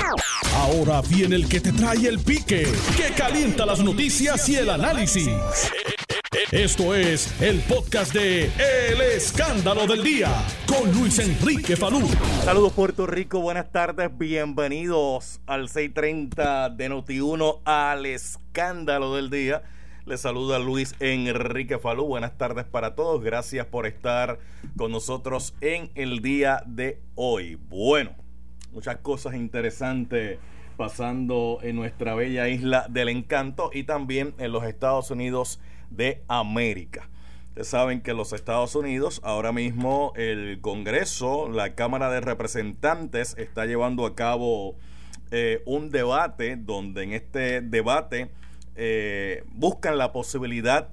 Ahora viene el que te trae el pique, que calienta las noticias y el análisis. Esto es el podcast de El Escándalo del Día, con Luis Enrique Falú. Saludos Puerto Rico, buenas tardes, bienvenidos al 6:30 de Noti1 al Escándalo del Día. Les saluda Luis Enrique Falú, buenas tardes para todos, gracias por estar con nosotros en el día de hoy. Bueno, muchas cosas interesantes pasando en nuestra bella isla del encanto y también en los Estados Unidos de América. Ustedes saben que en los Estados Unidos ahora mismo el Congreso, la Cámara de Representantes, está llevando a cabo un debate donde en este debate buscan la posibilidad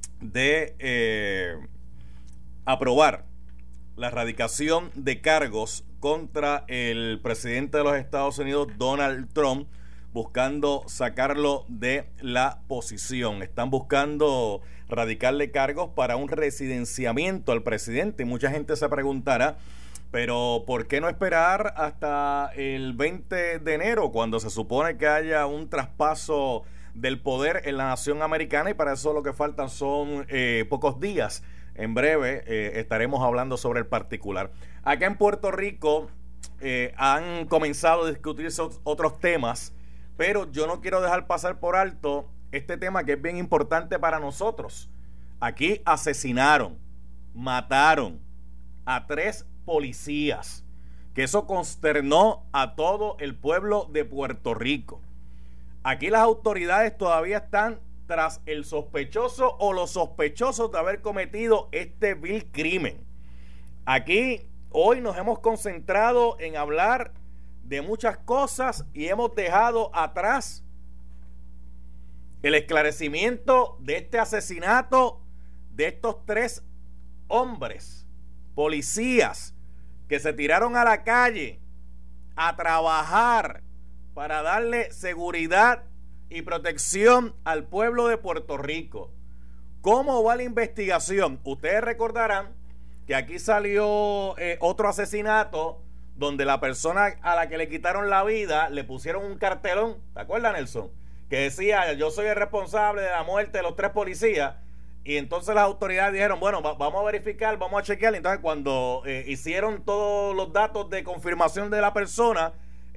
de aprobar la erradicación de cargos contra el presidente de los Estados Unidos, Donald Trump, buscando sacarlo de la posición. Están buscando radicarle cargos para un residenciamiento al presidente. Y mucha gente se preguntará, pero ¿por qué no esperar hasta el 20 de enero, cuando se supone que haya un traspaso del poder en la nación americana? Y para eso lo que faltan son pocos días. En breve estaremos hablando sobre el particular. Acá en Puerto Rico han comenzado a discutirse otros temas, pero yo no quiero dejar pasar por alto este tema que es bien importante para nosotros. Aquí asesinaron, mataron a 3 policías, que eso consternó a todo el pueblo de Puerto Rico. Aquí las autoridades todavía están tras el sospechoso o los sospechosos de haber cometido este vil crimen. Aquí hoy nos hemos concentrado en hablar de muchas cosas y hemos dejado atrás el esclarecimiento de este asesinato de estos 3 hombres, policías, que se tiraron a la calle a trabajar para darle seguridad y protección al pueblo de Puerto Rico. ¿Cómo va la investigación? Ustedes recordarán que aquí salió otro asesinato donde la persona a la que le quitaron la vida le pusieron un cartelón, ¿te acuerdas, Nelson? Que decía: yo soy el responsable de la muerte de los 3 policías. Y entonces las autoridades dijeron: bueno, vamos a verificar, vamos a chequear. Entonces cuando hicieron todos los datos de confirmación de la persona,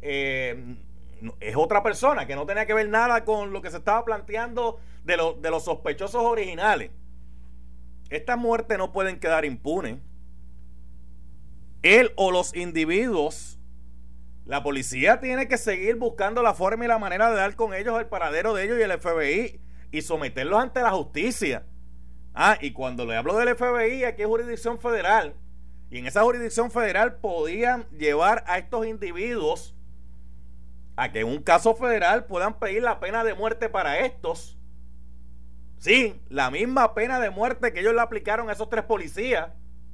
es otra persona que no tenía que ver nada con lo que se estaba planteando de los sospechosos originales. Estas muertes no pueden quedar impunes. Él o los individuos, la policía tiene que seguir buscando la forma y la manera de dar con ellos, el paradero de ellos y el FBI, y someterlos ante la justicia. Y cuando le hablo del FBI, aquí es jurisdicción federal, y en esa jurisdicción federal podían llevar a estos individuos a que en un caso federal puedan pedir la pena de muerte para estos. Sí, la misma pena de muerte que ellos le aplicaron a esos 3 policías.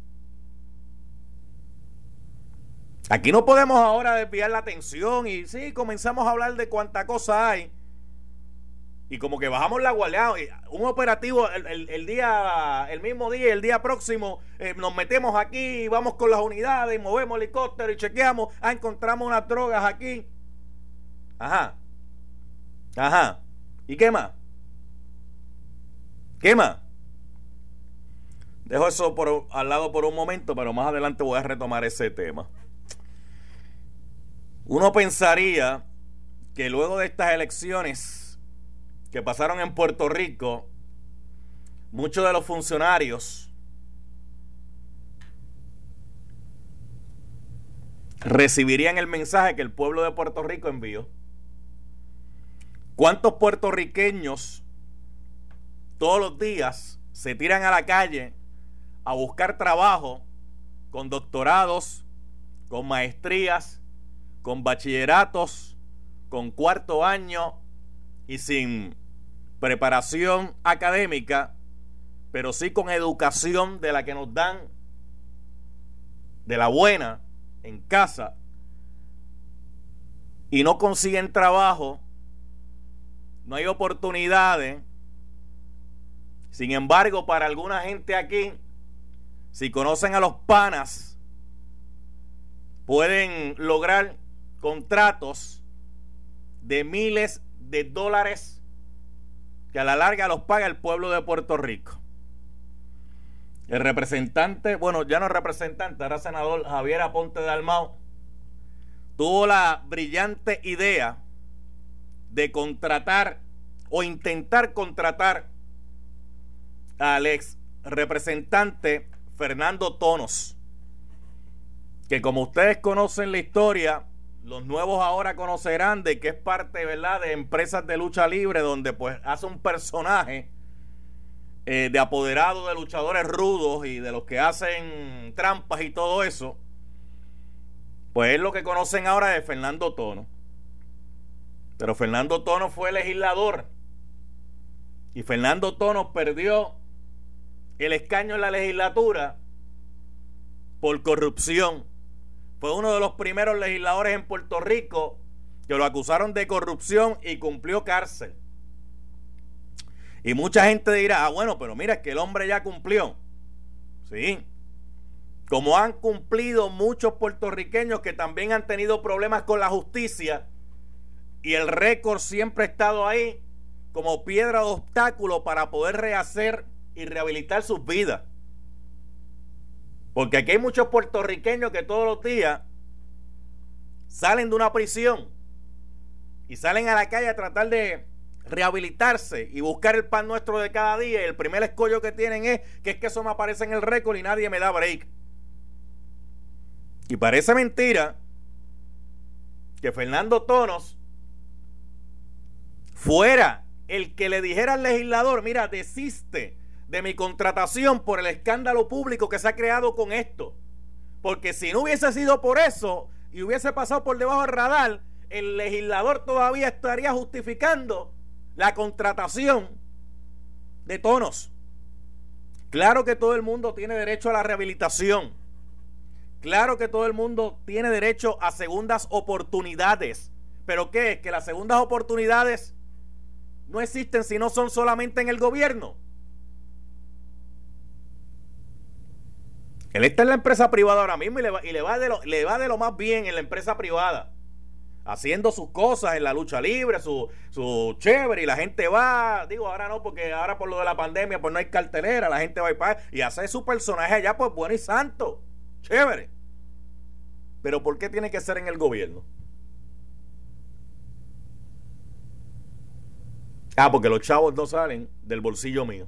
Aquí no podemos ahora desviar la atención y sí, comenzamos a hablar de cuánta cosa hay y como que bajamos la guardia. Un operativo el mismo día, el día próximo, nos metemos aquí, vamos con las unidades, movemos helicóptero y chequeamos, encontramos unas drogas aquí. Ajá. ¿Y qué más? Dejo eso al lado por un momento, pero más adelante voy a retomar ese tema. Uno pensaría que luego de estas elecciones que pasaron en Puerto Rico, muchos de los funcionarios recibirían el mensaje que el pueblo de Puerto Rico envió. ¿Cuántos puertorriqueños todos los días se tiran a la calle a buscar trabajo con doctorados, con maestrías, con bachilleratos, con 4º año y sin preparación académica, pero sí con educación de la que nos dan, de la buena, en casa, y no consiguen trabajo, no hay oportunidades? Sin embargo, para alguna gente aquí, si conocen a los panas, pueden lograr contratos de miles de dólares que a la larga los paga el pueblo de Puerto Rico. El representante, bueno, ya no representante, ahora senador Javier Aponte Dalmau, tuvo la brillante idea de contratar o intentar contratar al ex representante Fernando Tonos, que como ustedes conocen la historia, los nuevos ahora conocerán de que es parte, ¿verdad?, de empresas de lucha libre, donde pues hace un personaje de apoderado de luchadores rudos y de los que hacen trampas y todo eso. Pues es lo que conocen ahora de Fernando Tonos. Pero Fernando Tonos fue legislador y Fernando Tonos perdió el escaño en la legislatura por corrupción. Fue uno de los primeros legisladores en Puerto Rico que lo acusaron de corrupción y cumplió cárcel. Y mucha gente dirá, bueno, pero mira, es que el hombre ya cumplió. Sí. Como han cumplido muchos puertorriqueños que también han tenido problemas con la justicia, y el récord siempre ha estado ahí como piedra de obstáculo para poder rehacer y rehabilitar sus vidas. Porque aquí hay muchos puertorriqueños que todos los días salen de una prisión y salen a la calle a tratar de rehabilitarse y buscar el pan nuestro de cada día, y el primer escollo que tienen es que eso me aparece en el récord y nadie me da break. Y parece mentira que Fernando Tonos fuera el que le dijera al legislador, mira, desiste de mi contratación por el escándalo público que se ha creado con esto. Porque si no hubiese sido por eso y hubiese pasado por debajo del radar, el legislador todavía estaría justificando la contratación de Tonos. Claro que todo el mundo tiene derecho a la rehabilitación. Claro que todo el mundo tiene derecho a segundas oportunidades. ¿Pero qué es? Que las segundas oportunidades no existen si no son solamente en el gobierno. Él está en la empresa privada ahora mismo y le va de lo más bien en la empresa privada, haciendo sus cosas en la lucha libre, su chévere, y la gente va, digo ahora no, porque ahora por lo de la pandemia pues no hay cartelera, la gente va y hace su personaje allá, pues bueno y santo, chévere. Pero ¿por qué tiene que ser en el gobierno? Porque los chavos no salen del bolsillo mío.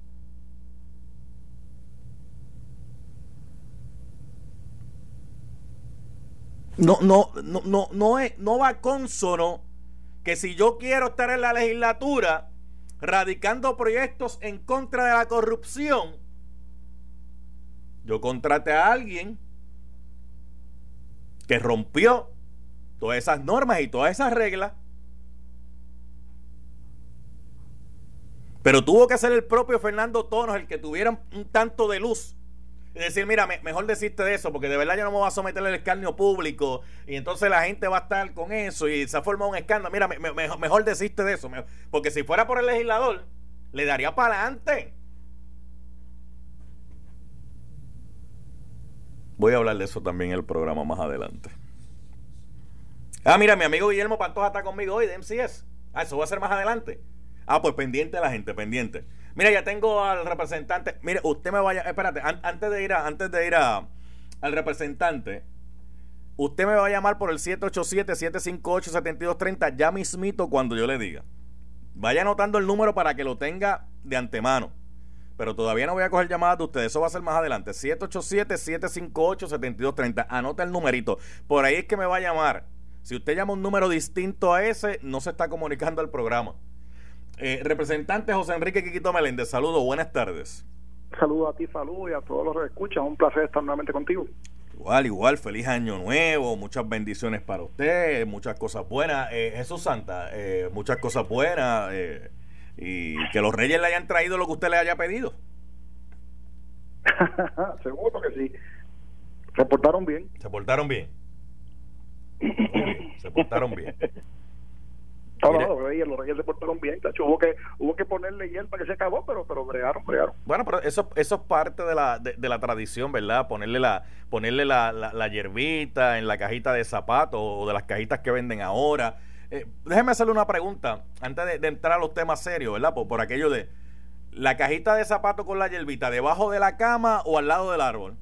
No va cónsono que si yo quiero estar en la legislatura radicando proyectos en contra de la corrupción, yo contrate a alguien que rompió todas esas normas y todas esas reglas. Pero tuvo que ser el propio Fernando Tonos el que tuviera un tanto de luz y decir, mira, mejor decirte de eso, porque de verdad yo no me voy a someter al escarnio público y entonces la gente va a estar con eso y se ha formado un escándalo. Mira, mejor decirte de eso, porque si fuera por el legislador le daría para adelante. Voy a hablar de eso también en el programa más adelante. Mira, mi amigo Guillermo Pantoja está conmigo hoy de MCS. Eso va a ser más adelante. Pues pendiente la gente, pendiente. Mira, ya tengo al representante. Mire, usted me vaya, espérate, antes de ir al representante, usted me va a llamar por el 787-758-7230 ya mismito cuando yo le diga. Vaya anotando el número para que lo tenga de antemano. Pero todavía no voy a coger llamadas de ustedes, eso va a ser más adelante. 787-758-7230. Anota el numerito. Por ahí es que me va a llamar. Si usted llama un número distinto a ese, no se está comunicando al programa. Representante José Enrique Quiquito Meléndez, saludos, buenas tardes. Saludos a ti, saludos y a todos los que escuchan, un placer estar nuevamente contigo. Igual, feliz año nuevo, muchas bendiciones para usted, muchas cosas buenas, Jesús Santa, muchas cosas buenas, y que los reyes le hayan traído lo que usted le haya pedido. Seguro que sí. Se portaron bien. Se portaron bien. No, los reyes se portaron bien, tacho. Hubo que ponerle hiel para que se acabó, pero bregaron. Bueno, pero eso es parte de la tradición, ¿verdad? Ponerle la hierbita en la cajita de zapatos o de las cajitas que venden ahora. Déjeme hacerle una pregunta antes de entrar a los temas serios, ¿verdad? Por aquello de la cajita de zapatos con la hierbita, ¿debajo de la cama o al lado del árbol?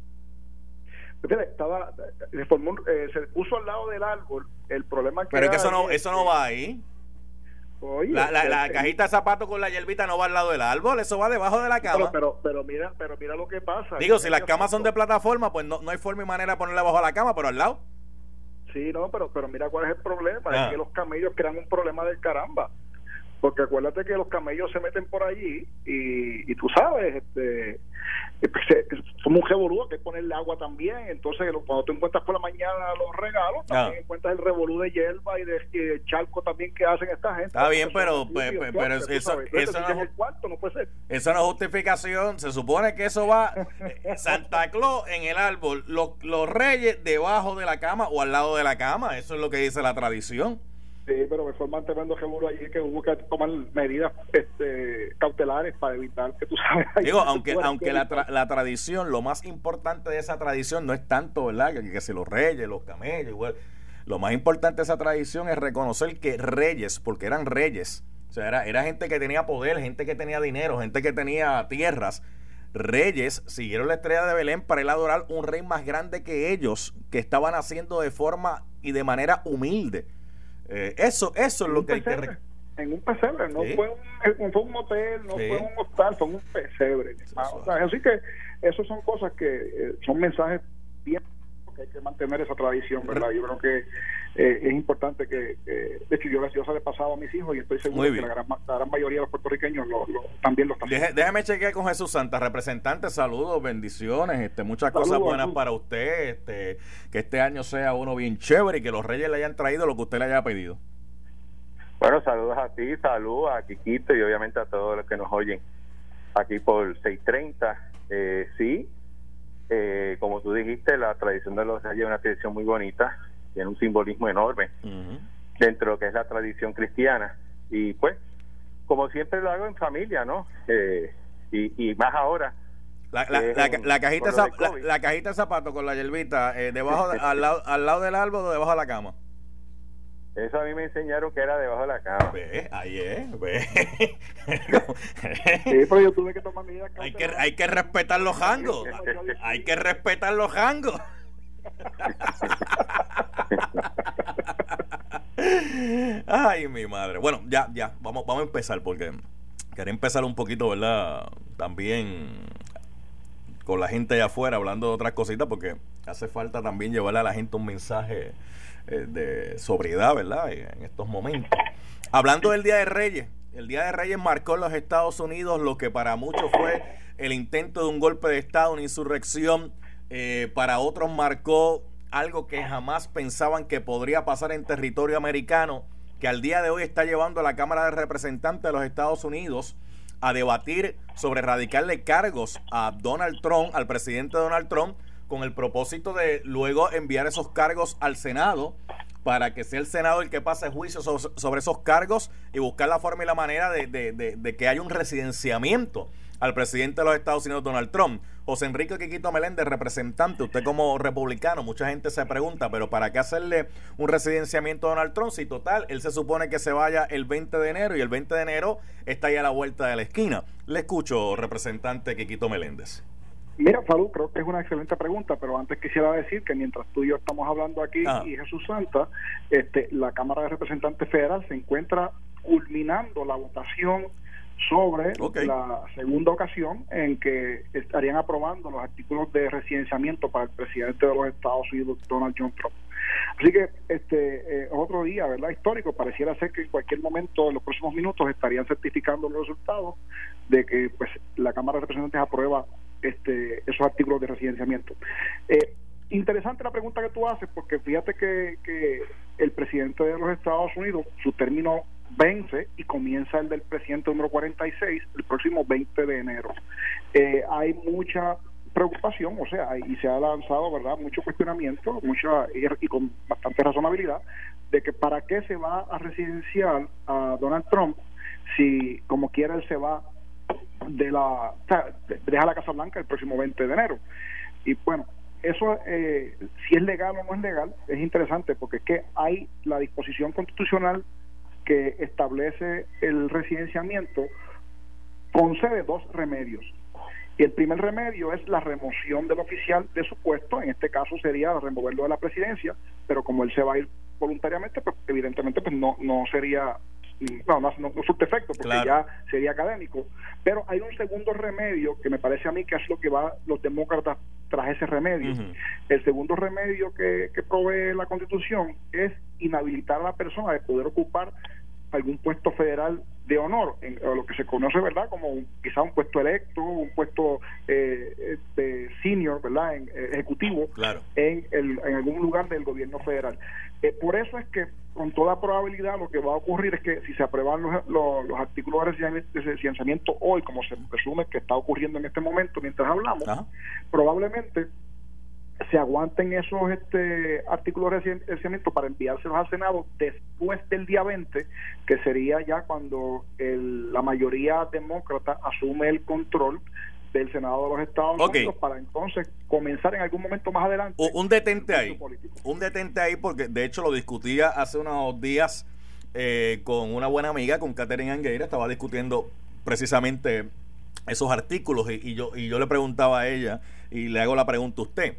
Se puso al lado del árbol. El problema que pero es que eso no va ahí. Oye, la cajita de zapatos con la hierbita no va al lado del árbol, eso va debajo de la cama. Pero mira lo que pasa. Digo, si las camas son de plataforma, pues no hay forma y manera de ponerla bajo la cama, pero al lado. Sí, no, pero mira cuál es el problema. Es que los camellos crean un problema del caramba. Porque acuérdate que los camellos se meten por allí y tú sabes, somos un revolú, hay que ponerle agua también. Entonces, cuando tú encuentras por la mañana los regalos, también encuentras el revolú de hierba y de charco también que hacen esta gente. Está bien, pero eso no puede ser. Eso no es justificación. Se supone que eso va Santa Claus en el árbol, los reyes debajo de la cama o al lado de la cama. Eso es lo que dice la tradición. Sí, pero me fue manteniendo seguro allí que hubo que tomar medidas cautelares para evitar que tú sabes. Digo, aunque la tradición, lo más importante de esa tradición no es tanto, ¿verdad? Que si los reyes, los camellos, igual. Lo más importante de esa tradición es reconocer que reyes, porque eran reyes, o sea, era gente que tenía poder, gente que tenía dinero, gente que tenía tierras. Reyes siguieron la estrella de Belén para ir a adorar un rey más grande que ellos, que estaban haciendo de forma y de manera humilde. Eso es lo que hay que en un pesebre, no fue un hotel, no fue un hostal, fue un pesebre. Así que eso son cosas que son mensajes bien que hay que mantener esa tradición, ¿verdad? Yo creo que es importante que de hecho yo se le he pasado a mis hijos y estoy seguro que la gran mayoría de los puertorriqueños también lo están haciendo. Déjame chequear con Jesús Santa. Representante, saludos, bendiciones, muchas cosas buenas para usted, que este año sea uno bien chévere y que los reyes le hayan traído lo que usted le haya pedido. Bueno, saludos a ti, saludos a Quiquito y obviamente a todos los que nos oyen aquí por 630. Sí, como tú dijiste, la tradición de los reyes es una tradición muy bonita, tiene un simbolismo enorme dentro de lo que es la tradición cristiana, y pues como siempre lo hago en familia, ¿no? Y más ahora la cajita de zapatos con la hierbita debajo al lado del árbol o debajo de la cama. Eso a mí me enseñaron que era debajo de la cama. Ahí es. Sí, pero yo tuve que tomar medidas. Hay que respetar los jangos. Hay que respetar los jangos. Ay, mi madre. Bueno, ya. Vamos a empezar porque quería empezar un poquito, ¿verdad? También con la gente allá afuera hablando de otras cositas porque hace falta también llevarle a la gente un mensaje de sobriedad, ¿verdad? En estos momentos. Hablando del Día de Reyes, el Día de Reyes marcó en los Estados Unidos lo que para muchos fue el intento de un golpe de Estado, una insurrección. Para otros marcó algo que jamás pensaban que podría pasar en territorio americano, que al día de hoy está llevando a la Cámara de Representantes de los Estados Unidos a debatir sobre radicarle cargos a Donald Trump, al presidente Donald Trump, con el propósito de luego enviar esos cargos al Senado para que sea el Senado el que pase juicio sobre esos cargos y buscar la forma y la manera de que haya un residenciamiento al presidente de los Estados Unidos, Donald Trump. José Enrique Quiquito Meléndez, representante, usted como republicano, mucha gente se pregunta, pero ¿para qué hacerle un residenciamiento a Donald Trump si total, él se supone que se vaya el 20 de enero y el 20 de enero está ya a la vuelta de la esquina? Le escucho, representante Quiquito Meléndez. Mira, Falú, creo que es una excelente pregunta, pero antes quisiera decir que mientras tú y yo estamos hablando aquí y Jesús Santa, la Cámara de Representantes Federal se encuentra culminando la votación sobre la segunda ocasión en que estarían aprobando los artículos de residenciamiento para el presidente de los Estados Unidos, Donald John Trump. Así que otro día, ¿verdad?, histórico. Pareciera ser que en cualquier momento, en los próximos minutos, estarían certificando los resultados de que pues la Cámara de Representantes aprueba esos artículos de residenciamiento. Interesante la pregunta que tú haces, porque fíjate que el presidente de los Estados Unidos, su término vence y comienza el del presidente número 46 el próximo 20 de enero. Hay mucha preocupación, o sea, y se ha lanzado, ¿verdad?, mucho cuestionamiento, y con bastante razonabilidad, de que para qué se va a residenciar a Donald Trump si como quiera él se va deja la Casa Blanca el próximo 20 de enero. Y bueno, eso, si es legal o no es legal, es interesante porque es que hay la disposición constitucional que establece el residenciamiento, concede 2 remedios. Y el primer remedio es la remoción del oficial de su puesto, en este caso sería removerlo de la presidencia, pero como él se va a ir voluntariamente, pues evidentemente pues no sería, no surte efecto, porque claro, ya sería académico. Pero hay un segundo remedio que me parece a mí que es lo que va los demócratas tras ese remedio. El segundo remedio que provee la Constitución es inhabilitar a la persona de poder ocupar algún puesto federal de honor, o lo que se conoce, ¿verdad?, como quizá un puesto electo, un puesto senior, ¿verdad?, ejecutivo, claro, en algún lugar del gobierno federal. Por eso es que con toda probabilidad lo que va a ocurrir es que si se aprueban los artículos de residenciamiento hoy, como se presume que está ocurriendo en este momento mientras hablamos, probablemente se aguanten esos artículos de residenciamiento para enviárselos al Senado después del día 20, que sería ya cuando la mayoría demócrata asume el control del Senado de los Estados Unidos, para entonces comenzar en algún momento más adelante. Un detente ahí, porque de hecho lo discutía hace unos días con una buena amiga, con Catherine Angueira, estaba discutiendo precisamente esos artículos y yo le preguntaba a ella, y le hago la pregunta a usted: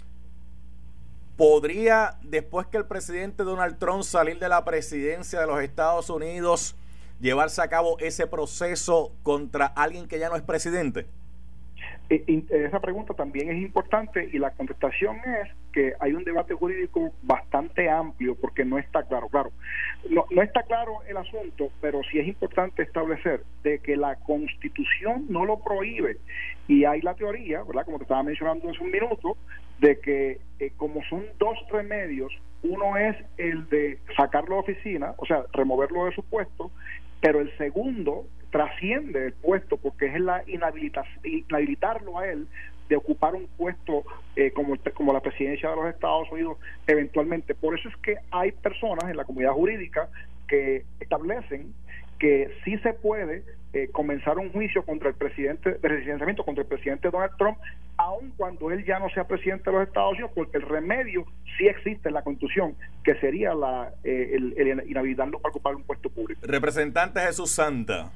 ¿podría, después que el presidente Donald Trump salir de la presidencia de los Estados Unidos, llevarse a cabo ese proceso contra alguien que ya no es presidente? Esa pregunta también es importante y la contestación es que hay un debate jurídico bastante amplio porque no está claro. No está claro el asunto, pero sí es importante establecer de que la Constitución no lo prohíbe, y hay la teoría, ¿verdad?, como te estaba mencionando hace un minuto, de que como son 2 remedios, uno es el de sacarlo de oficina, o sea, removerlo de su puesto, pero el segundo trasciende el puesto porque es la inhabilitarlo a él de ocupar un puesto como la presidencia de los Estados Unidos eventualmente. Por eso es que hay personas en la comunidad jurídica que establecen que sí se puede comenzar un juicio contra el presidente de residenciamiento, contra el presidente Donald Trump, aun cuando él ya no sea presidente de los Estados Unidos, porque el remedio sí existe en la Constitución, que sería el inhabilitarlo para ocupar un puesto público. Representante Jesús Santa.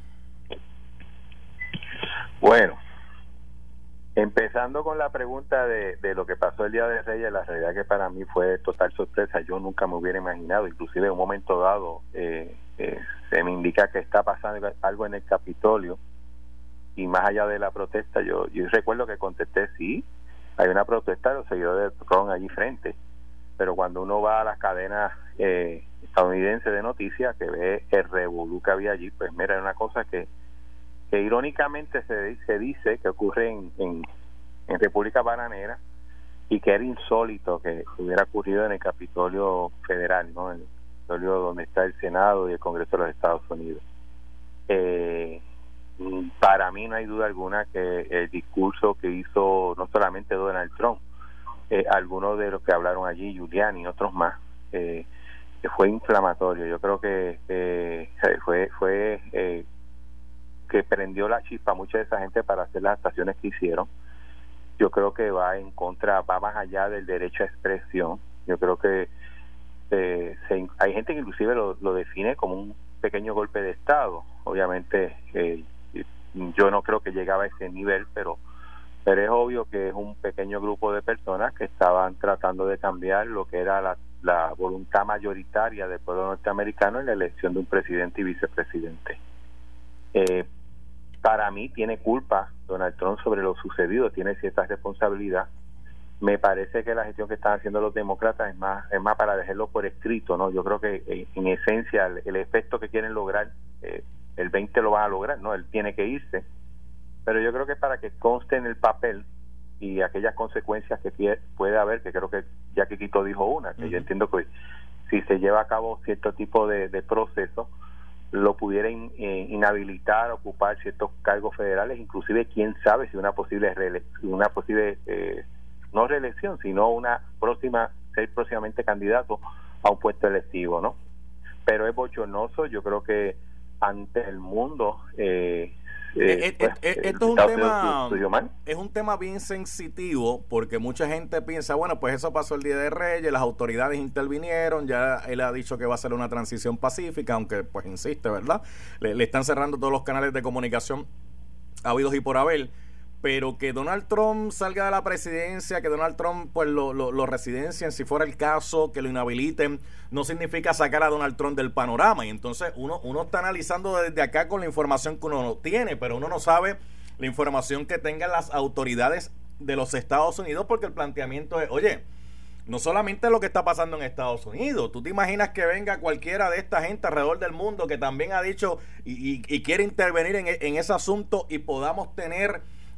Bueno, empezando con la pregunta de lo que pasó el Día de Reyes, la realidad que para mí fue total sorpresa. Yo nunca me hubiera imaginado, inclusive en un momento dado se me indica que está pasando algo en el Capitolio, y más allá de la protesta, yo recuerdo que contesté: sí, hay una protesta de los seguidores de Trump allí frente, pero cuando uno va a las cadenas estadounidenses de noticias, que ve el revolú que había allí, pues mira, es una cosa que irónicamente se dice que ocurre en República Bananera, y que era insólito que hubiera ocurrido en el Capitolio Federal, ¿no?, en el Capitolio donde está el Senado y el Congreso de los Estados Unidos. Para mí no hay duda alguna que el discurso que hizo no solamente Donald Trump, algunos de los que hablaron allí, Giuliani y otros más, que fue inflamatorio. Yo creo que fue que prendió la chispa a mucha de esa gente para hacer las actuaciones que hicieron. Yo creo que va más allá del derecho a expresión. Yo creo que hay gente que inclusive lo define como un pequeño golpe de Estado. Obviamente yo no creo que llegaba a ese nivel, pero es obvio que es un pequeño grupo de personas que estaban tratando de cambiar lo que era la voluntad mayoritaria del pueblo norteamericano en la elección de un presidente y vicepresidente. Para mí tiene culpa Donald Trump sobre lo sucedido, tiene cierta responsabilidad. Me parece que la gestión que están haciendo los demócratas es más para dejarlo por escrito, ¿no? Yo creo que en esencia el efecto que quieren lograr, el 20 lo van a lograr, ¿no? Él tiene que irse, pero yo creo que para que conste en el papel y aquellas consecuencias que puede haber, que creo que ya que Quito dijo una, que yo entiendo que si se lleva a cabo cierto tipo de proceso, lo pudiera inhabilitar, ocupar ciertos cargos federales, inclusive quién sabe si una posible no reelección, sino ser próximamente candidato a un puesto electivo, ¿no? Pero es bochornoso. Yo creo que ante el mundo Esto es un tema bien sensitivo, porque mucha gente piensa, bueno, pues eso pasó el Día de Reyes, las autoridades intervinieron, ya él ha dicho que va a ser una transición pacífica, aunque pues insiste, ¿verdad? Le están cerrando todos los canales de comunicación habidos y por haber. Pero que Donald Trump salga de la presidencia, que Donald Trump pues lo residencien, si fuera el caso, que lo inhabiliten, no significa sacar a Donald Trump del panorama. Y entonces uno está analizando desde acá con la información que uno tiene, pero uno no sabe la información que tengan las autoridades de los Estados Unidos, porque el planteamiento es, oye, no solamente lo que está pasando en Estados Unidos, tú te imaginas que venga cualquiera de esta gente alrededor del mundo que también ha dicho y quiere intervenir en ese asunto, y podamos tener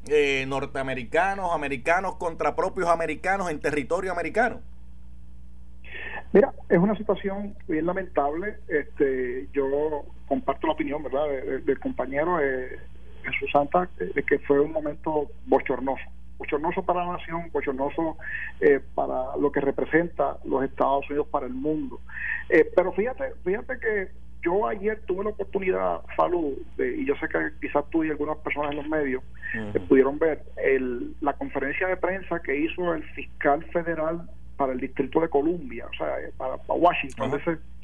americanos contra propios americanos en territorio americano. Mira, es una situación bien lamentable. Yo comparto la opinión, ¿verdad?, del compañero Jesús Santa, de que fue un momento bochornoso para la nación, bochornoso para lo que representa los Estados Unidos para el mundo. Pero fíjate que yo ayer tuve la oportunidad, Falú, y yo sé que quizás tú y algunas personas en los medios pudieron ver la conferencia de prensa que hizo el fiscal federal para el Distrito de Columbia, o sea, para Washington.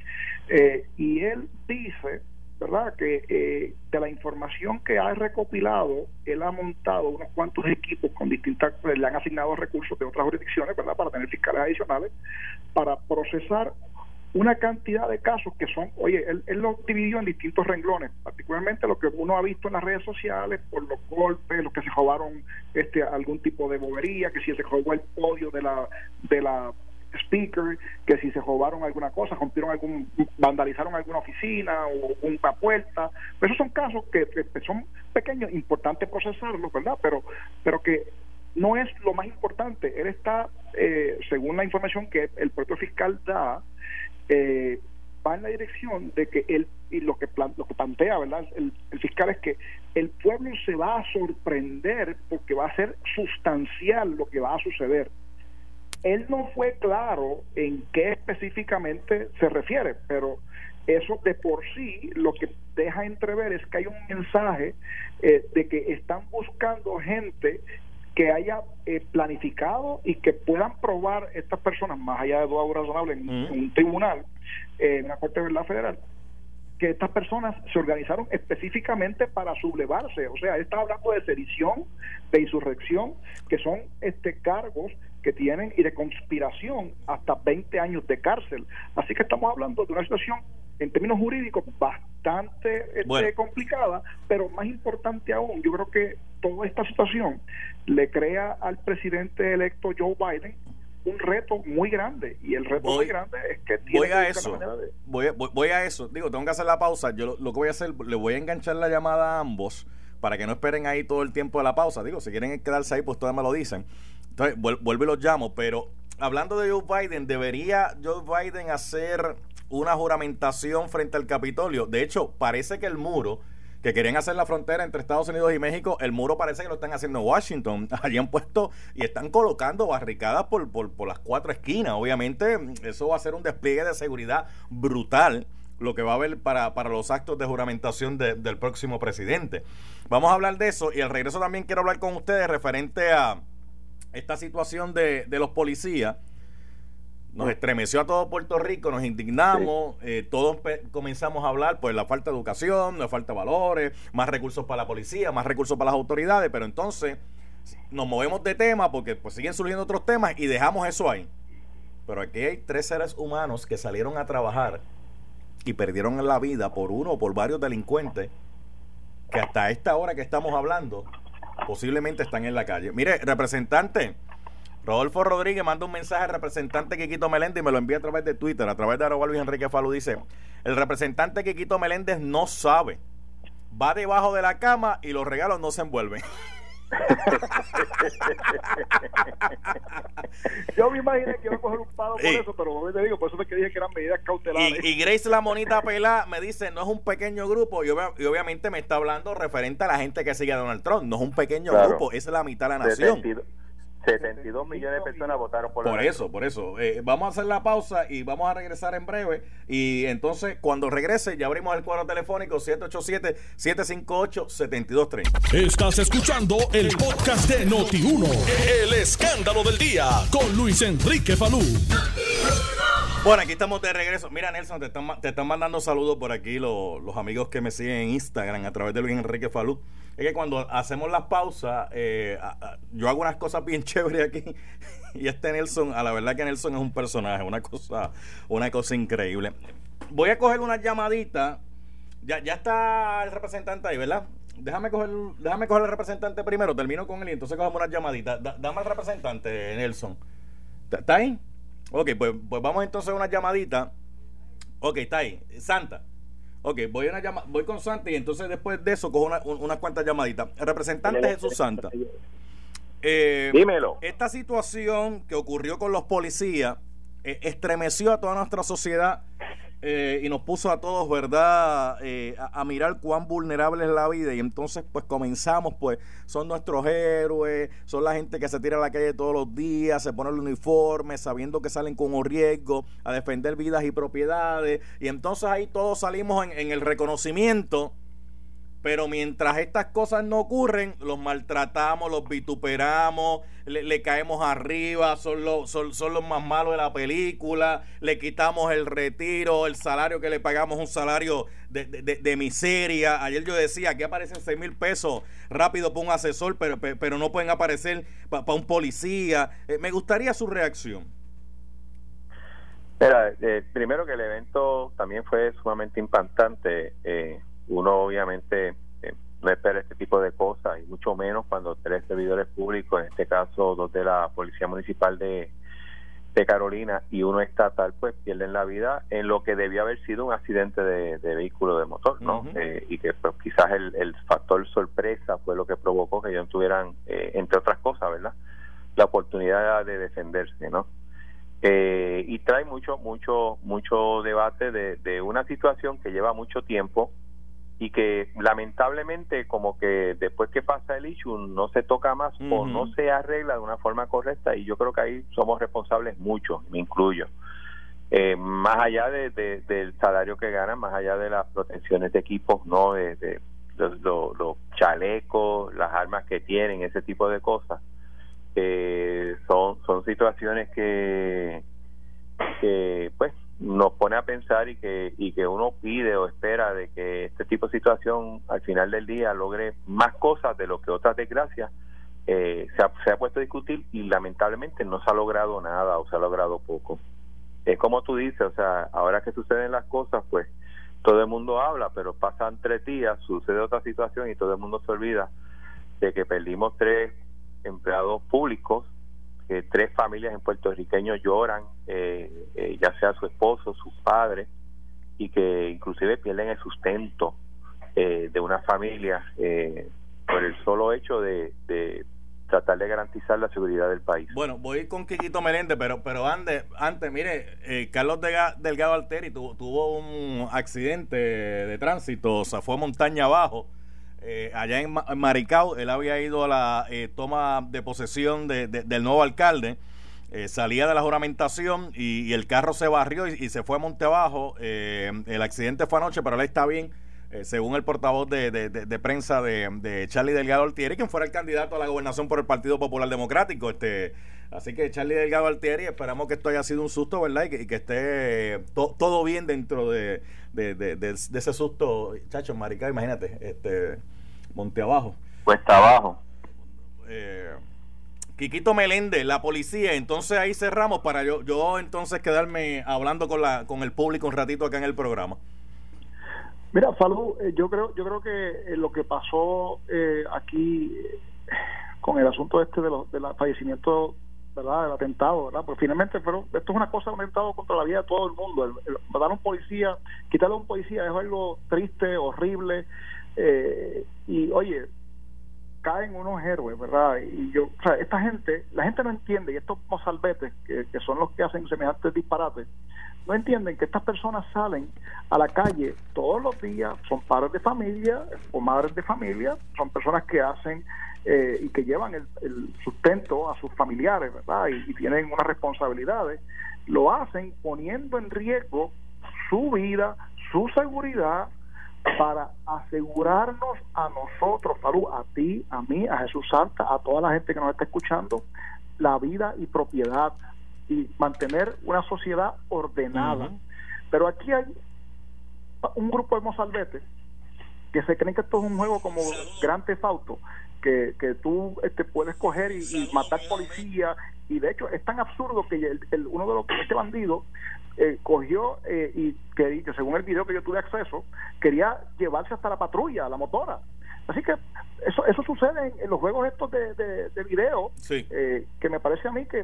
Y él dice, ¿verdad?, que de la información que ha recopilado, él ha montado unos cuantos equipos con distintas, le han asignado recursos de otras jurisdicciones, ¿verdad?, para tener fiscales adicionales, para procesar una cantidad de casos que son, oye, él los dividió en distintos renglones, particularmente lo que uno ha visto en las redes sociales por los golpes, los que se robaron algún tipo de bobería, que si se robó el podio de la speaker, que si se robaron alguna cosa, vandalizaron alguna oficina o una puerta. Pero esos son casos que son pequeños, importantes procesarlos, ¿verdad? Pero que no es lo más importante. Él está, según la información que el propio fiscal da, va en la dirección de que él, y lo que plantea, ¿verdad?, el fiscal, es que el pueblo se va a sorprender porque va a ser sustancial lo que va a suceder. Él no fue claro en qué específicamente se refiere, pero eso de por sí lo que deja entrever es que hay un mensaje de que están buscando gente que haya planificado y que puedan probar estas personas, más allá de duda razonable, en un tribunal, en una corte de verdad federal, que estas personas se organizaron específicamente para sublevarse. O sea, él está hablando de sedición, de insurrección, que son cargos que tienen, y de conspiración, hasta 20 años de cárcel. Así que estamos hablando de una situación, en términos jurídicos, bastante complicada, pero más importante aún, yo creo que toda esta situación le crea al presidente electo Joe Biden un reto muy grande, y el reto muy grande es que voy a eso, digo, tengo que hacer la pausa. Yo lo que voy a hacer, le voy a enganchar la llamada a ambos para que no esperen ahí todo el tiempo de la pausa. Digo, si quieren quedarse ahí, pues todavía me lo dicen. Entonces, vuelvo y los llamo. Pero hablando de Joe Biden, ¿debería Joe Biden hacer una juramentación frente al Capitolio? De hecho, parece que el muro que querían hacer la frontera entre Estados Unidos y México, el muro parece que lo están haciendo en Washington. Allí han puesto y están colocando barricadas por las cuatro esquinas. Obviamente, eso va a ser un despliegue de seguridad brutal, lo que va a haber para los actos de juramentación del próximo presidente. Vamos a hablar de eso, y al regreso también quiero hablar con ustedes referente a esta situación de los policías. Nos estremeció a todo Puerto Rico, nos indignamos, todos comenzamos a hablar pues la falta de educación, la falta de valores, más recursos para la policía, más recursos para las autoridades, pero entonces nos movemos de tema porque pues siguen surgiendo otros temas y dejamos eso ahí. Pero aquí hay 3 seres humanos que salieron a trabajar y perdieron la vida por uno o por varios delincuentes que hasta esta hora que estamos hablando posiblemente están en la calle. Mire, representante Rodolfo Rodríguez manda un mensaje al representante Quiquito Meléndez y me lo envía a través de Twitter, a través de @LuisEnrique_Falú. Dice: el representante Quiquito Meléndez no sabe, va debajo de la cama y los regalos no se envuelven. Yo me imaginé que iba a coger un palo por eso, pero te digo, por eso te dije que eran medidas cautelares. Y Grace la monita pelá me dice: no es un pequeño grupo, y obviamente me está hablando referente a la gente que sigue a Donald Trump. No es un pequeño grupo, es la mitad de la nación. 72 millones de personas votaron por eso. Vamos a hacer la pausa y vamos a regresar en breve. Y entonces, cuando regrese, ya abrimos el cuadro telefónico 787-758-7230. Estás escuchando el podcast de Noti1. El escándalo del día con Luis Enrique Falú. Bueno, aquí estamos de regreso. Mira, Nelson, te están mandando saludos por aquí los amigos que me siguen en Instagram a través de Luis Enrique Falú. Es que cuando hacemos las pausas, yo hago unas cosas bien chéveres aquí. Y Nelson, a la verdad que Nelson es un personaje, una cosa increíble. Voy a coger una llamadita. Ya está el representante ahí, ¿verdad? Déjame coger el representante primero, termino con él y entonces cogemos una llamadita. Dame al representante, Nelson. ¿Está ahí? Ok, pues vamos entonces a una llamadita. Ok, está ahí. Santa. Ok, voy con Santa y entonces después de eso cojo unas cuantas llamaditas. El representante Jesús Santa. Dímelo. Esta situación que ocurrió con los policías estremeció a toda nuestra sociedad y nos puso a todos, ¿verdad?, a mirar cuán vulnerable es la vida. Y entonces pues comenzamos, pues son nuestros héroes, son la gente que se tira a la calle todos los días, se pone el uniforme sabiendo que salen con un riesgo a defender vidas y propiedades, y entonces ahí todos salimos en el reconocimiento. Pero mientras estas cosas no ocurren, los maltratamos, los vituperamos, le caemos arriba, son los más malos de la película, le quitamos el retiro, el salario que le pagamos, un salario de miseria. Ayer yo decía, aquí aparecen 6,000 pesos rápido para un asesor, pero no pueden aparecer para un policía. Me gustaría su reacción. Mira, primero que el evento también fue sumamente impactante. Uno obviamente no espera este tipo de cosas, y mucho menos cuando 3 servidores públicos, en este caso 2 de la Policía Municipal de Carolina y 1 estatal, pues pierden la vida en lo que debió haber sido un accidente de vehículo de motor, ¿no? Uh-huh. Y que pues quizás el factor sorpresa fue lo que provocó que ellos tuvieran, entre otras cosas, ¿verdad?, la oportunidad de defenderse, ¿no? Y trae mucho debate de una situación que lleva mucho tiempo y que lamentablemente como que después que pasa el issue no se toca más, uh-huh, o no se arregla de una forma correcta, y yo creo que ahí somos responsables muchos, me incluyo. Más allá del salario que ganan, más allá de las protecciones de equipos, ¿no?, de los chalecos, las armas que tienen, ese tipo de cosas, son situaciones que pues nos pone a pensar y que uno pide o espera de que este tipo de situación al final del día logre más cosas de lo que otras desgracias. Se ha puesto a discutir y lamentablemente no se ha logrado nada o se ha logrado poco. Es como tú dices, o sea, ahora que suceden las cosas, pues todo el mundo habla, pero pasan 3 días, sucede otra situación y todo el mundo se olvida de que perdimos 3 empleados públicos, que 3 familias en puertorriqueños lloran, ya sea su esposo, sus padres, y que inclusive pierden el sustento de una familia por el solo hecho de tratar de garantizar la seguridad del país. Bueno, voy con Quiquito Meléndez, pero antes, mire, Carlos Delgado Altieri tuvo un accidente de tránsito, o sea, fue montaña abajo. Allá en Maricao. Él había ido a la toma de posesión del nuevo alcalde, salía de la juramentación y el carro se barrió y se fue a monte abajo. El accidente fue anoche, pero él está bien, según el portavoz de prensa de Charlie Delgado Altieri, quien fuera el candidato a la gobernación por el Partido Popular Democrático. Así que Charlie Delgado Altieri, esperamos que esto haya sido un susto, ¿verdad? Y que esté todo bien dentro de ese susto. Chacho, Maricao, imagínate, monte abajo. Cuesta abajo. Quiquito Meléndez, la policía. Entonces ahí cerramos para yo entonces quedarme hablando con el público un ratito acá en el programa. Mira, Falú, yo creo que lo que pasó aquí con el asunto del fallecimiento, ¿verdad?, del atentado, ¿verdad?, pues finalmente esto es una cosa, un atentado contra la vida de todo el mundo. El matar a un policía, quitarle a un policía es algo triste, horrible, y oye, caen unos héroes, ¿verdad? Y o sea, la gente no entiende, y estos mozalbetes que son los que hacen semejantes disparates, no entienden que estas personas salen a la calle todos los días, son padres de familia o madres de familia, son personas que hacen y que llevan el sustento a sus familiares, ¿verdad? Y tienen unas responsabilidades. Lo hacen poniendo en riesgo su vida, su seguridad, para asegurarnos a nosotros, Falú, a ti, a mí, a Jesús Santa, a toda la gente que nos está escuchando, la vida y propiedad, y mantener una sociedad ordenada. Pero aquí hay un grupo de mozalbetes que se creen que esto es un juego como Grand Theft Auto, que tú puedes coger y matar policías, y de hecho es tan absurdo que uno de los este bandido cogió y que según el video que yo tuve acceso, quería llevarse hasta la patrulla, la motora. Así que eso sucede en los juegos estos de video, sí. Que me parece a mí que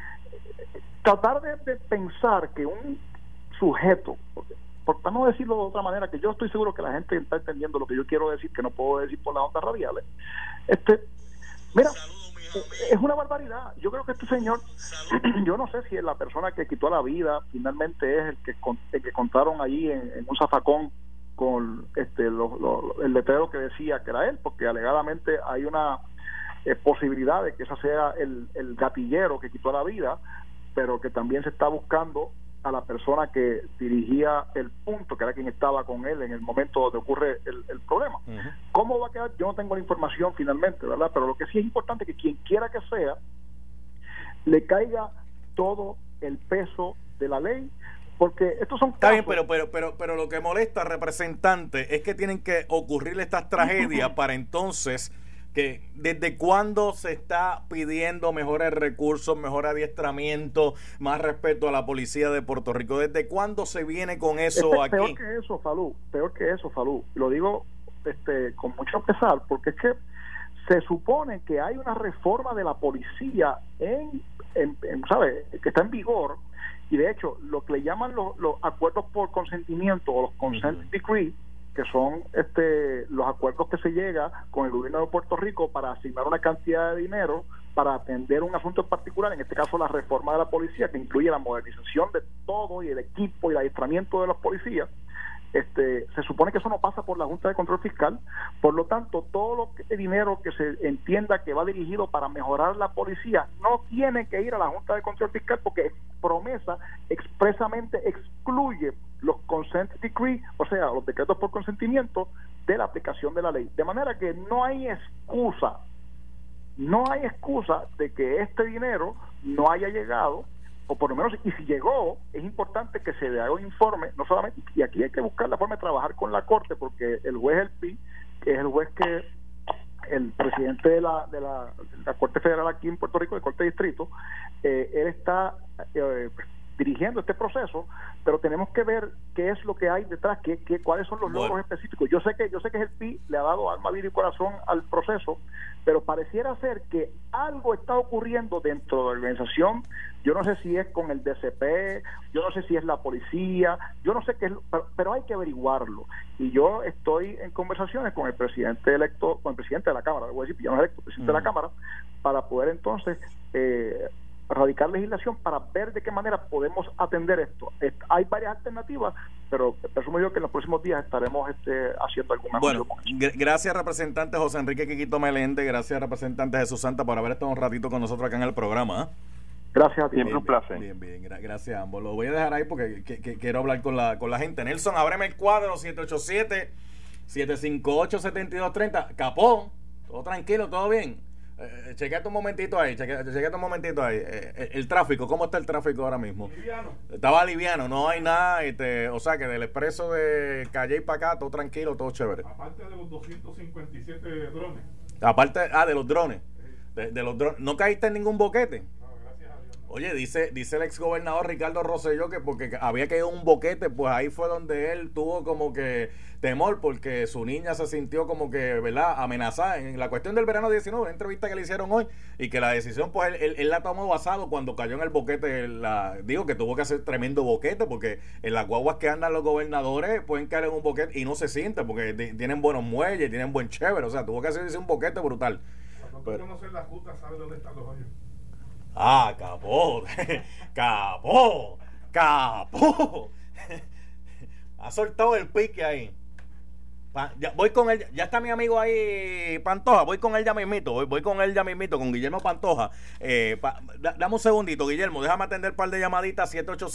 tratar de pensar que un sujeto, por no decirlo de otra manera, que yo estoy seguro que la gente está entendiendo lo que yo quiero decir, que no puedo decir por las ondas radiales, mira, es una barbaridad. Yo creo que este señor, yo no sé si es la persona que quitó la vida, finalmente es el que encontraron allí en un zafacón con el letrero que decía que era él, porque alegadamente hay una posibilidad de que ese sea el gatillero que quitó la vida, pero que también se está buscando a la persona que dirigía el punto, que era quien estaba con él en el momento donde ocurre el problema. ¿Cómo va a quedar? Yo no tengo la información finalmente, ¿verdad? Pero lo que sí es importante es que quien quiera que sea, le caiga todo el peso de la ley, porque estos son casos... Está bien, pero lo que molesta, representante, es que tienen que ocurrir estas tragedias para entonces... que ¿desde cuándo se está pidiendo mejores recursos, mejor adiestramiento, más respeto a la policía de Puerto Rico? ¿Desde cuándo se viene con eso aquí? Peor que eso, Falú. Lo digo con mucho pesar, porque es que se supone que hay una reforma de la policía ¿sabe? Que está en vigor, y de hecho lo que le llaman los acuerdos por consentimiento o los consent decree, que son los acuerdos que se llega con el gobierno de Puerto Rico para asignar una cantidad de dinero para atender un asunto en particular, en este caso la reforma de la policía, que incluye la modernización de todo y el equipo y el adiestramiento de los policías. Se supone que eso no pasa por la Junta de Control Fiscal, por lo tanto todo el dinero que se entienda que va dirigido para mejorar la policía no tiene que ir a la Junta de Control Fiscal, porque promesa expresamente excluye los consent decree, o sea, los decretos por consentimiento, de la aplicación de la ley, de manera que no hay excusa de que este dinero no haya llegado, o por lo menos, y si llegó, es importante que se le haga un informe, no solamente, y aquí hay que buscar la forma de trabajar con la Corte, porque el juez Elpi, que es el juez que el presidente de la Corte Federal aquí en Puerto Rico, de Corte de Distrito, él está dirigiendo este proceso, pero tenemos que ver qué es lo que hay detrás, cuáles son los logros específicos. Yo sé que el PI le ha dado alma, vida y corazón al proceso, pero pareciera ser que algo está ocurriendo dentro de la organización. Yo no sé si es con el DCP, yo no sé si es la policía, yo no sé qué es, pero hay que averiguarlo. Y yo estoy en conversaciones con el presidente electo, con el presidente de la Cámara, voy a decir, yo no electo, el presidente de la Cámara, para poder entonces radicar legislación para ver de qué manera podemos atender esto. Hay varias alternativas, pero presumo yo que en los próximos días estaremos haciendo algún anuncio con eso. Gracias, representante José Enrique Quiquito Meléndez, gracias, representante Jesús Santa, por haber estado un ratito con nosotros acá en el programa. Gracias a ti. Siempre un placer. Bien, gracias a ambos. Lo voy a dejar ahí porque quiero hablar con la gente. Nelson, ábreme el cuadro 787-758-7230. Capón, todo tranquilo, todo bien. Chequeate un momentito ahí, el tráfico, ¿cómo está el tráfico ahora mismo? Liviano. Estaba liviano, no hay nada, o sea que del expreso de Calle y para acá, todo tranquilo, todo chévere. Aparte de los 257 drones. Aparte, de los drones. De los drones. ¿No caíste en ningún boquete? Oye, dice el exgobernador Ricardo Rosselló que porque había caído un boquete, pues ahí fue donde él tuvo como que temor, porque su niña se sintió como que, ¿verdad?, amenazada en la cuestión del verano 19, una entrevista que le hicieron hoy, y que la decisión, pues él la tomó basado cuando cayó en el boquete, digo que tuvo que hacer tremendo boquete, porque en las guaguas que andan los gobernadores pueden caer en un boquete y no se siente, porque tienen buenos muelles, tienen buen chévere, o sea, tuvo que hacerse un boquete brutal. Cuando tú conoces la ruta, sabes dónde están los hoyos. Capó. ¡Capo! Ha soltado el pique ahí. Ya, voy con él, ya está mi amigo ahí, Pantoja, voy con él ya mismito, voy con él ya mismito, con Guillermo Pantoja. Dame un segundito, Guillermo, déjame atender un par de llamaditas,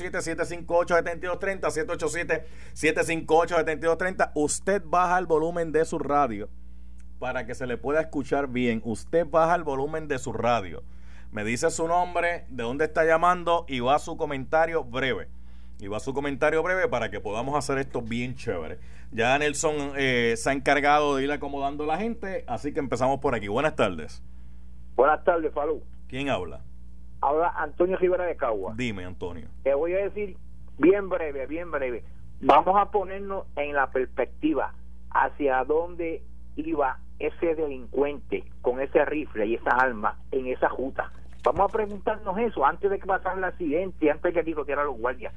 787-758-7230, 787-758-7230. Usted baja el volumen de su radio para que se le pueda escuchar bien. Usted baja el volumen de su radio. Me dice su nombre, de dónde está llamando y va a su comentario breve. Para que podamos hacer esto bien chévere. Ya Nelson se ha encargado de ir acomodando a la gente, así que empezamos por aquí. Buenas tardes. Buenas tardes, Falú. ¿Quién habla? Habla Antonio Rivera de Cagua. Dime, Antonio. Te voy a decir bien breve. Vamos a ponernos en la perspectiva hacia dónde iba ese delincuente con ese rifle y esa arma en esa ruta. Vamos a preguntarnos eso antes de que pasara el accidente y antes de que tiroteara a los guardias.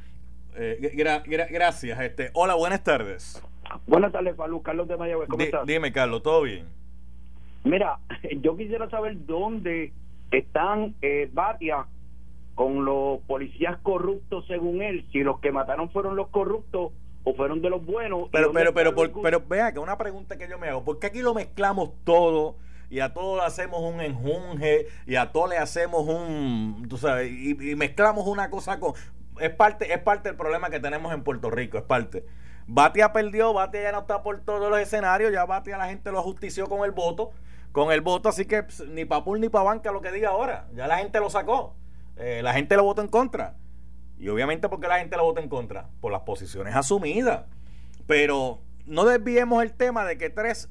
Gracias. Hola, buenas tardes. Buenas tardes, Falú. Carlos de Mayagüez, ¿cómo estás? Dime, Carlos, ¿todo bien? Mira, yo quisiera saber dónde están Batia con los policías corruptos, según él, si los que mataron fueron los corruptos o fueron de los buenos. Pero vea que una pregunta que yo me hago, ¿por qué aquí lo mezclamos todo? Y a todo le hacemos un enjunje, y a todo le hacemos tú sabes, y mezclamos una cosa con... Es parte del problema que tenemos en Puerto Rico, es parte. Batia perdió, Batia ya no está por todos los escenarios, ya Batia la gente lo ajustició con el voto, así que ni pa' pool ni pa' banca lo que diga ahora, ya la gente lo sacó, la gente lo votó en contra. Y obviamente, ¿por qué la gente lo vota en contra? Por las posiciones asumidas. Pero no desviemos el tema de que 3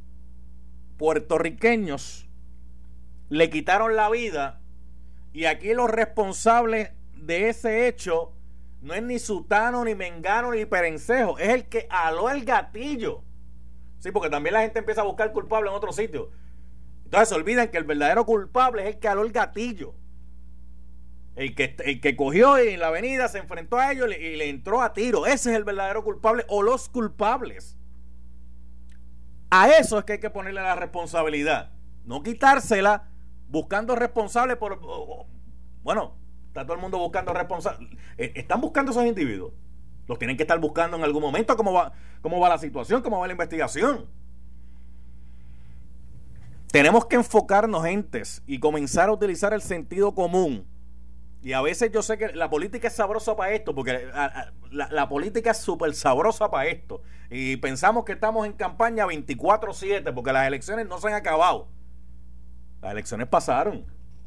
puertorriqueños le quitaron la vida, y aquí los responsables de ese hecho no es ni Sutano, ni Mengano, ni Perencejo, es el que aló el gatillo. Sí, porque también la gente empieza a buscar culpable en otro sitio. Entonces se olvidan que el verdadero culpable es el que aló el gatillo, el que cogió en la avenida, se enfrentó a ellos y le entró a tiro. Ese es el verdadero culpable, o los culpables. A eso es que hay que ponerle la responsabilidad, no quitársela buscando responsables por... Bueno, está todo el mundo buscando responsables. Están buscando esos individuos. Los tienen que estar buscando en algún momento. ¿Cómo va la situación? ¿Cómo va la investigación? Tenemos que enfocarnos, gentes, y comenzar a utilizar el sentido común. Y a veces yo sé que la política es sabrosa para esto, porque la política es súper sabrosa para esto. Y pensamos que estamos en campaña 24/7, porque las elecciones no se han acabado. Las elecciones pasaron.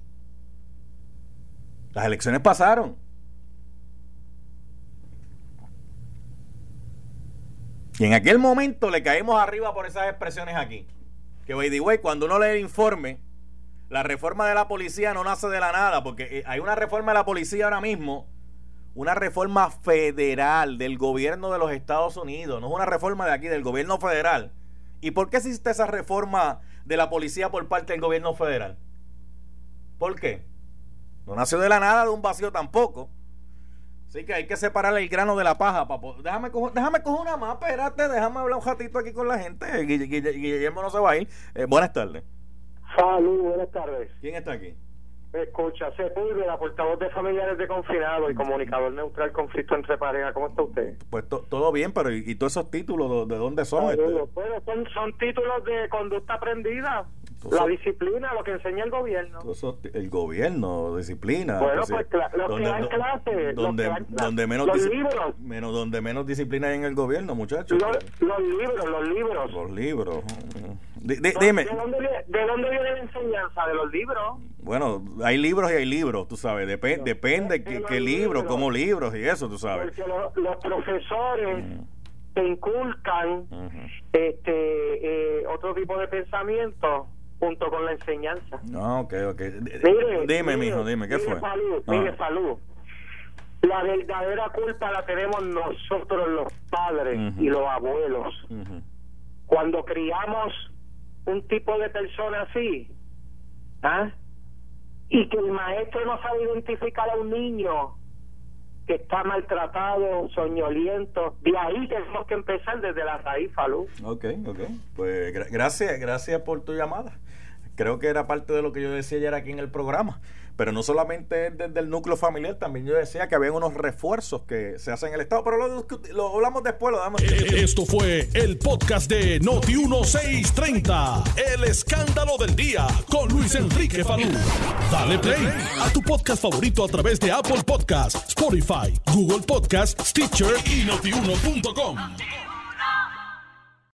Y en aquel momento le caímos arriba por esas expresiones aquí. Que, by the way, cuando uno lee el informe, la reforma de la policía no nace de la nada, porque hay una reforma de la policía ahora mismo, una reforma federal del gobierno de los Estados Unidos, no es una reforma de aquí, del gobierno federal. ¿Y por qué existe esa reforma de la policía por parte del gobierno federal? ¿Por qué? No nació de la nada, de un vacío tampoco. Así que hay que separar el grano de la paja. Déjame coger una más, espérate, déjame hablar un ratito aquí con la gente. Guillermo no se va a ir. Buenas tardes. Salud, buenas tardes. ¿Quién está aquí? Escucha, Sepúlveda, portavoz de familiares de confinados y comunicador neutral conflicto entre parejas. ¿Cómo está usted? Pues todo bien, pero ¿y todos esos títulos de dónde son? Bueno, son títulos de conducta aprendida. La disciplina, lo que enseña el gobierno. El gobierno, disciplina. Bueno, pues los que dan clases. Donde menos disciplina hay en el gobierno, muchachos. Los libros. Los libros. Dime. ¿De dónde viene la enseñanza? ¿De los libros? Bueno, hay libros y hay libros, tú sabes. Depende qué libros, cómo libros y eso, tú sabes. Porque los profesores te inculcan otro tipo de pensamiento junto con la enseñanza. Ok. Dime, mijo, ¿qué fue? Salud. La verdadera culpa la tenemos nosotros, los padres y los abuelos. Cuando criamos un tipo de persona así, y que el maestro no sabe identificar a un niño que está maltratado, soñoliento, de ahí tenemos que empezar desde la raíz, Falú. Ok. Pues gracias por tu llamada. Creo que era parte de lo que yo decía ayer aquí en el programa. pero no solamente desde el núcleo familiar, también yo decía que había unos refuerzos que se hacen en el Estado, pero lo hablamos después, lo damos. Esto fue el podcast de Noti1630, el escándalo del día, con Luis Enrique Falú. Dale play a tu podcast favorito a través de Apple Podcasts, Spotify, Google Podcasts, Stitcher y Notiuno.com.